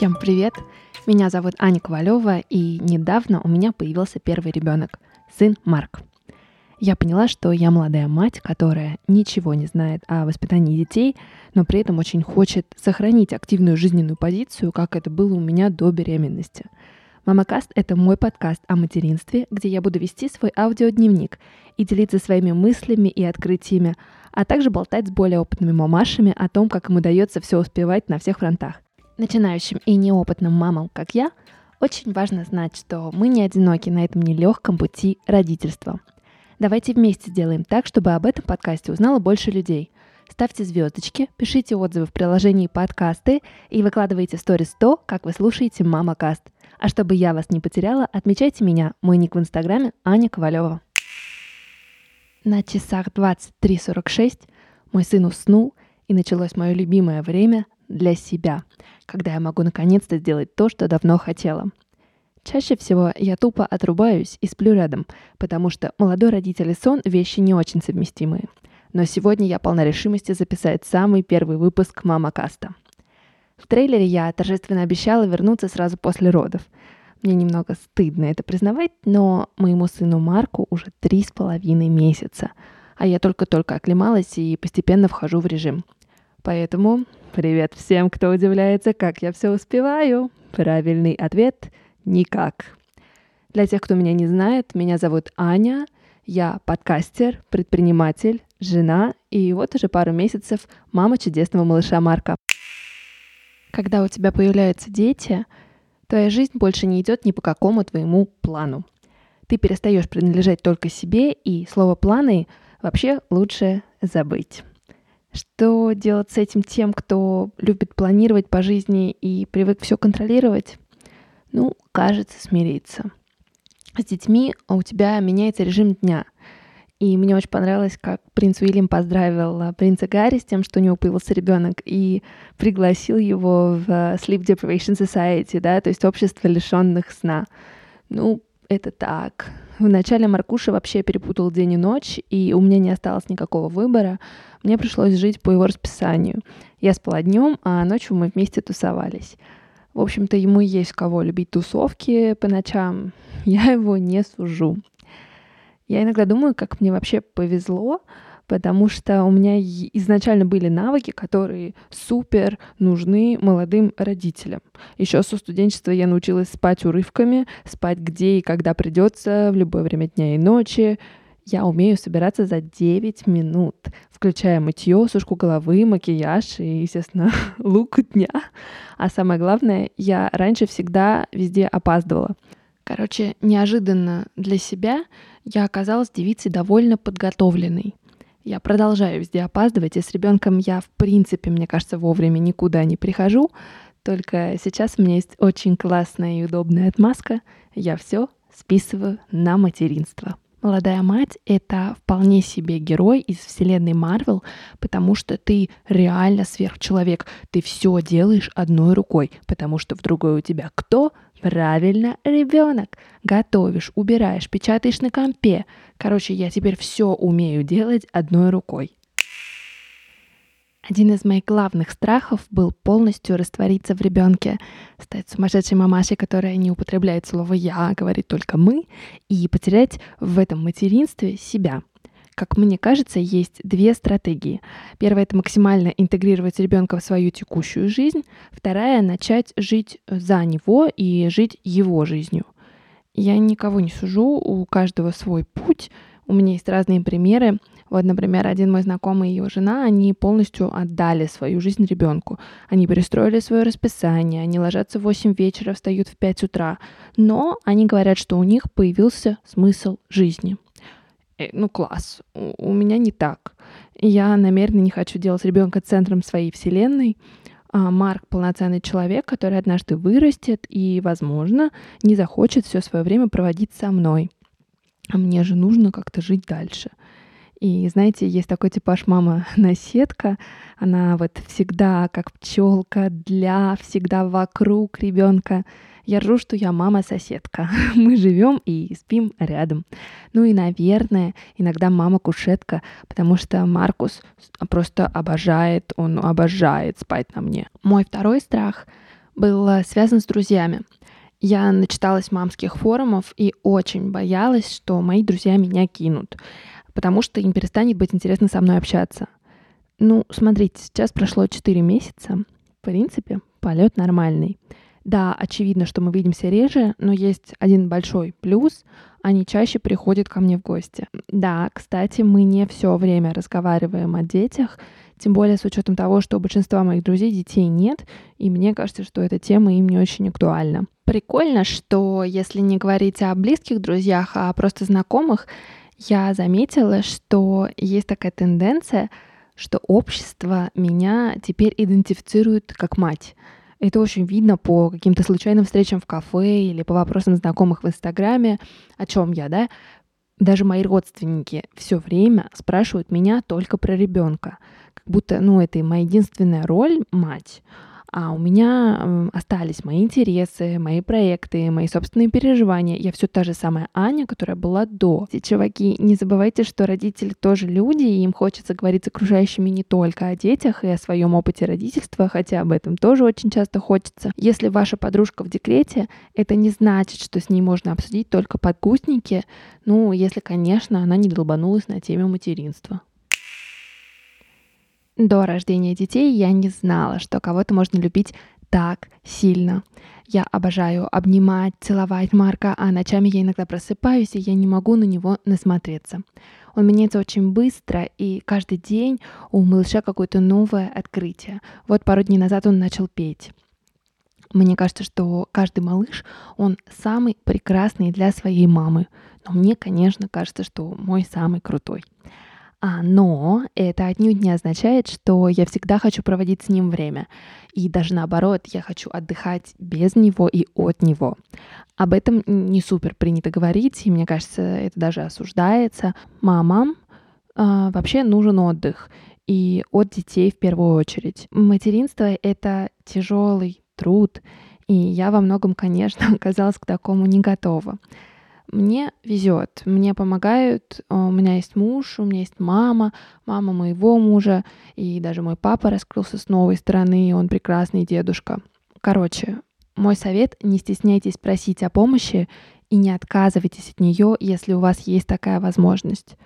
Всем привет! Меня зовут Аня Ковалева, и недавно у меня появился первый ребенок, сын Марк. Я поняла, что я молодая мать, которая ничего не знает о воспитании детей, но при этом очень хочет сохранить активную жизненную позицию, как это было у меня до беременности. «Мамакаст» — это мой подкаст о материнстве, где я буду вести свой аудиодневник и делиться своими мыслями и открытиями, а также болтать с более опытными мамашами о том, как им удается все успевать на всех фронтах. Начинающим и неопытным мамам, как я, очень важно знать, что мы не одиноки на этом нелегком пути родительства. Давайте вместе сделаем так, чтобы об этом подкасте узнало больше людей. Ставьте звездочки, пишите отзывы в приложении подкасты и выкладывайте в сторис то, как вы слушаете «Мамакаст». А чтобы я вас не потеряла, отмечайте меня, мой ник в инстаграме Аня Ковалева. На часах 23:46 мой сын уснул, и началось мое любимое время для себя, когда я могу наконец-то сделать то, что давно хотела. Чаще всего я тупо отрубаюсь и сплю рядом, потому что молодой родитель и сон — вещи не очень совместимые. Но сегодня я полна решимости записать самый первый выпуск «Мамакаста». В трейлере я торжественно обещала вернуться сразу после родов. Мне немного стыдно это признавать, но моему сыну Марку уже 3,5 месяца, а я только-только оклемалась и постепенно вхожу в режим. Поэтому привет всем, кто удивляется, как я все успеваю. Правильный ответ — никак. Для тех, кто меня не знает, меня зовут Аня, я подкастер, предприниматель, жена и вот уже пару месяцев мама чудесного малыша Марка. Когда у тебя появляются дети, твоя жизнь больше не идет ни по какому твоему плану. Ты перестаешь принадлежать только себе, и слово «планы» вообще лучше забыть. Что делать с этим тем, кто любит планировать по жизни и привык все контролировать? Кажется, смириться. С детьми у тебя меняется режим дня. И мне очень понравилось, как принц Уильям поздравил принца Гарри с тем, что у него появился ребенок, и пригласил его в Sleep Deprivation Society, да, то есть общество лишенных сна. Это так. Вначале Маркуша вообще перепутал день и ночь, и у меня не осталось никакого выбора. Мне пришлось жить по его расписанию. Я спала днем, а ночью мы вместе тусовались. В общем-то, ему есть кого любить тусовки по ночам. Я его не сужу. Я иногда думаю, как мне вообще повезло, потому что у меня изначально были навыки, которые супер нужны молодым родителям. Еще со студенчества я научилась спать урывками, спать где и когда придется, в любое время дня и ночи. Я умею собираться за 9 минут, включая мытье, сушку головы, макияж и, естественно, лук дня. А самое главное, я раньше всегда везде опаздывала. Неожиданно для себя я оказалась девицей довольно подготовленной. Я продолжаю везде опаздывать, и с ребенком я, в принципе, мне кажется, вовремя никуда не прихожу. Только сейчас у меня есть очень классная и удобная отмазка. Я все списываю на материнство. Молодая мать — это вполне себе герой из вселенной Марвел, потому что ты реально сверхчеловек. Ты все делаешь одной рукой, потому что в другой у тебя кто? Правильно, ребенок. Готовишь, убираешь, печатаешь на компе. Я теперь все умею делать одной рукой. Один из моих главных страхов был полностью раствориться в ребенке, стать сумасшедшей мамашей, которая не употребляет слово «я», а говорит только «мы», и потерять в этом материнстве себя. Как мне кажется, есть две стратегии. Первая — это максимально интегрировать ребенка в свою текущую жизнь. Вторая — начать жить за него и жить его жизнью. Я никого не сужу, у каждого свой путь. У меня есть разные примеры. Вот, например, один мой знакомый и его жена, они полностью отдали свою жизнь ребенку. Они перестроили свое расписание, они ложатся в 8 вечера, встают в 5 утра. Но они говорят, что у них появился смысл жизни. Класс. У меня не так. Я намеренно не хочу делать ребенка центром своей вселенной. Марк — полноценный человек, который однажды вырастет и, возможно, не захочет все свое время проводить со мной. А мне же нужно как-то жить дальше. И знаете, есть такой типаж мама-наседка. Она всегда как пчелка, всегда вокруг ребенка. Я ржу, что я мама-соседка. Мы живем и спим рядом. И, наверное, иногда мама-кушетка, потому что Маркус просто он обожает спать на мне. Мой второй страх — был связан с друзьями. Я начиталась мамских форумов и очень боялась, что мои друзья меня кинут, потому что им перестанет быть интересно со мной общаться. Ну, смотрите, сейчас прошло 4 месяца. В принципе, полет нормальный. Да, очевидно, что мы видимся реже, но есть один большой плюс. Они чаще приходят ко мне в гости. Да, кстати, мы не все время разговариваем о детях, тем более с учетом того, что у большинства моих друзей детей нет, и мне кажется, что эта тема им не очень актуальна. Прикольно, что если не говорить о близких друзьях, а просто знакомых, я заметила, что есть такая тенденция, что общество меня теперь идентифицирует как мать. Это очень видно по каким-то случайным встречам в кафе или по вопросам знакомых в Инстаграме, о чем я, да? Даже мои родственники все время спрашивают меня только про ребенка, как будто, это моя единственная роль — мать. А у меня остались мои интересы, мои проекты, мои собственные переживания. Я все та же самая Аня, которая была до. И, чуваки, не забывайте, что родители тоже люди, и им хочется говорить с окружающими не только о детях и о своем опыте родительства, хотя об этом тоже очень часто хочется. Если ваша подружка в декрете, это не значит, что с ней можно обсудить только подгузники, если, конечно, она не долбанулась на теме материнства. До рождения детей я не знала, что кого-то можно любить так сильно. Я обожаю обнимать, целовать Марка, а ночами я иногда просыпаюсь, и я не могу на него насмотреться. Он меняется очень быстро, и каждый день у малыша какое-то новое открытие. Вот пару дней назад он начал петь. Мне кажется, что каждый малыш, он самый прекрасный для своей мамы. Но мне, конечно, кажется, что мой самый крутой. Но это отнюдь не означает, что я всегда хочу проводить с ним время. И даже наоборот, я хочу отдыхать без него и от него. Об этом не супер принято говорить, и мне кажется, это даже осуждается. Мамам вообще нужен отдых. И от детей в первую очередь. Материнство — это тяжелый труд, и я во многом, конечно, оказалась к такому не готова. Мне везет, мне помогают, у меня есть муж, у меня есть мама моего мужа, и даже мой папа раскрылся с новой стороны, он прекрасный дедушка. Короче, мой совет — не стесняйтесь просить о помощи и не отказывайтесь от нее, если у вас есть такая возможность.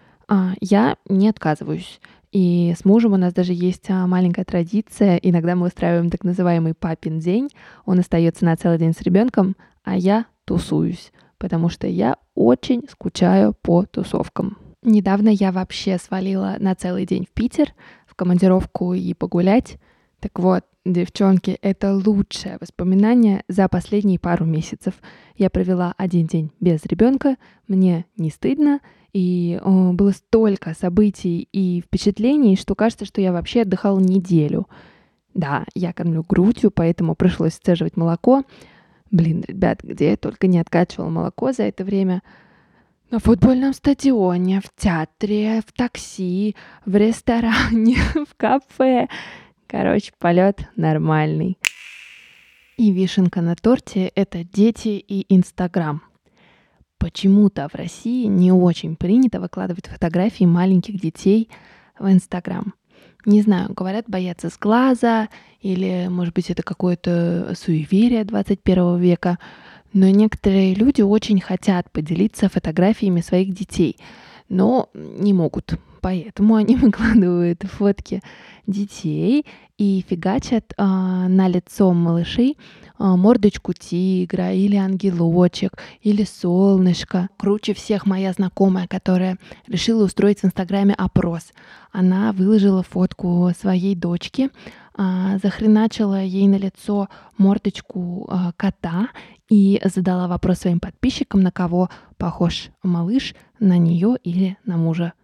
Я не отказываюсь. И с мужем у нас даже есть маленькая традиция. Иногда мы устраиваем так называемый папин день. Он остается на целый день с ребенком, а я тусуюсь, потому что я очень скучаю по тусовкам. Недавно я вообще свалила на целый день в Питер, в командировку и погулять. Так вот, девчонки, это лучшее воспоминание за последние пару месяцев. Я провела один день без ребенка, мне не стыдно, и было столько событий и впечатлений, что кажется, что я вообще отдыхала неделю. Да, я кормлю грудью, поэтому пришлось сцеживать молоко. Блин, ребят, где я только не откачивала молоко за это время. На футбольном стадионе, в театре, в такси, в ресторане, в кафе. Короче, полет нормальный. И вишенка на торте — это дети и Инстаграм. Почему-то в России не очень принято выкладывать фотографии маленьких детей в Инстаграм. Не знаю, говорят, боятся сглаза, или, может быть, это какое-то суеверие 21 века, но некоторые люди очень хотят поделиться фотографиями своих детей, но не могут. Поэтому они выкладывают фотки детей и фигачат на лицо малышей мордочку тигра или ангелочек, или солнышко. Круче всех моя знакомая, которая решила устроить в Инстаграме опрос. Она выложила фотку своей дочки, захреначила ей на лицо мордочку кота и задала вопрос своим подписчикам, на кого похож малыш, на нее или на мужа.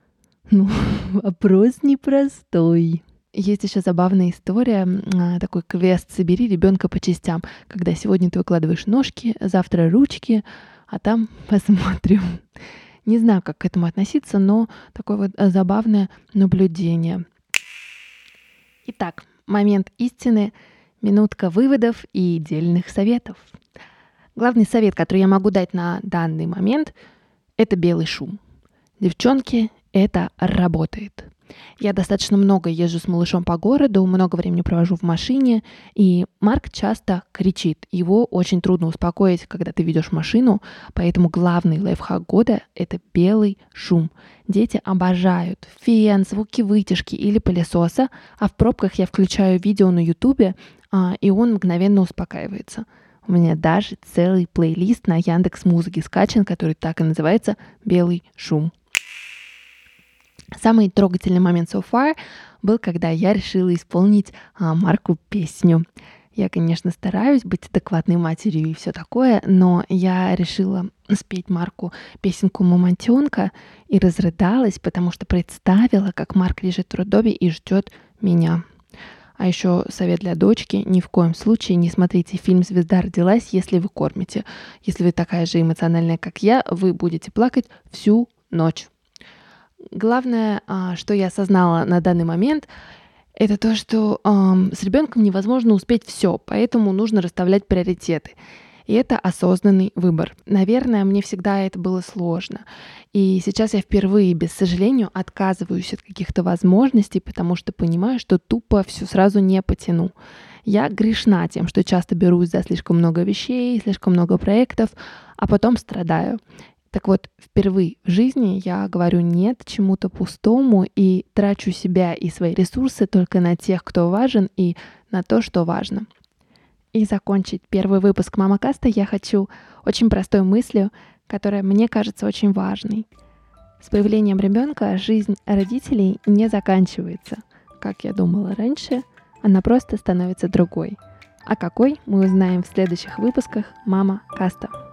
Вопрос непростой. Есть еще забавная история, такой квест «Собери ребенка по частям», когда сегодня ты выкладываешь ножки, завтра ручки, а там посмотрим. Не знаю, как к этому относиться, но такое вот забавное наблюдение. Итак, момент истины, минутка выводов и дельных советов. Главный совет, который я могу дать на данный момент, это белый шум. Девчонки, это работает. Я достаточно много езжу с малышом по городу, много времени провожу в машине, и Марк часто кричит. Его очень трудно успокоить, когда ты ведешь машину, поэтому главный лайфхак года — это белый шум. Дети обожают фен, звуки вытяжки или пылесоса, а в пробках я включаю видео на Ютубе, и он мгновенно успокаивается. У меня даже целый плейлист на Яндекс.Музыке скачан, который так и называется «Белый шум». Самый трогательный момент so far был, когда я решила исполнить Марку песню. Я, конечно, стараюсь быть адекватной матерью и все такое, но я решила спеть Марку песенку «Мамонтенка» и разрыдалась, потому что представила, как Марк лежит в роддоме и ждет меня. А еще совет для дочки: ни в коем случае не смотрите фильм «Звезда родилась», если вы кормите. Если вы такая же эмоциональная, как я, вы будете плакать всю ночь. Главное, что я осознала на данный момент, это то, что с ребенком невозможно успеть все, поэтому нужно расставлять приоритеты. И это осознанный выбор. Наверное, мне всегда это было сложно. И сейчас я впервые, без сожаления, отказываюсь от каких-то возможностей, потому что понимаю, что тупо все сразу не потяну. Я грешна тем, что часто берусь за слишком много вещей, слишком много проектов, а потом страдаю. Так вот, впервые в жизни я говорю «нет» чему-то пустому и трачу себя и свои ресурсы только на тех, кто важен, и на то, что важно. И закончить первый выпуск «Мамакаста» я хочу очень простой мыслью, которая мне кажется очень важной. С появлением ребенка жизнь родителей не заканчивается, как я думала раньше, она просто становится другой. А какой, мы узнаем в следующих выпусках «Мамакаста».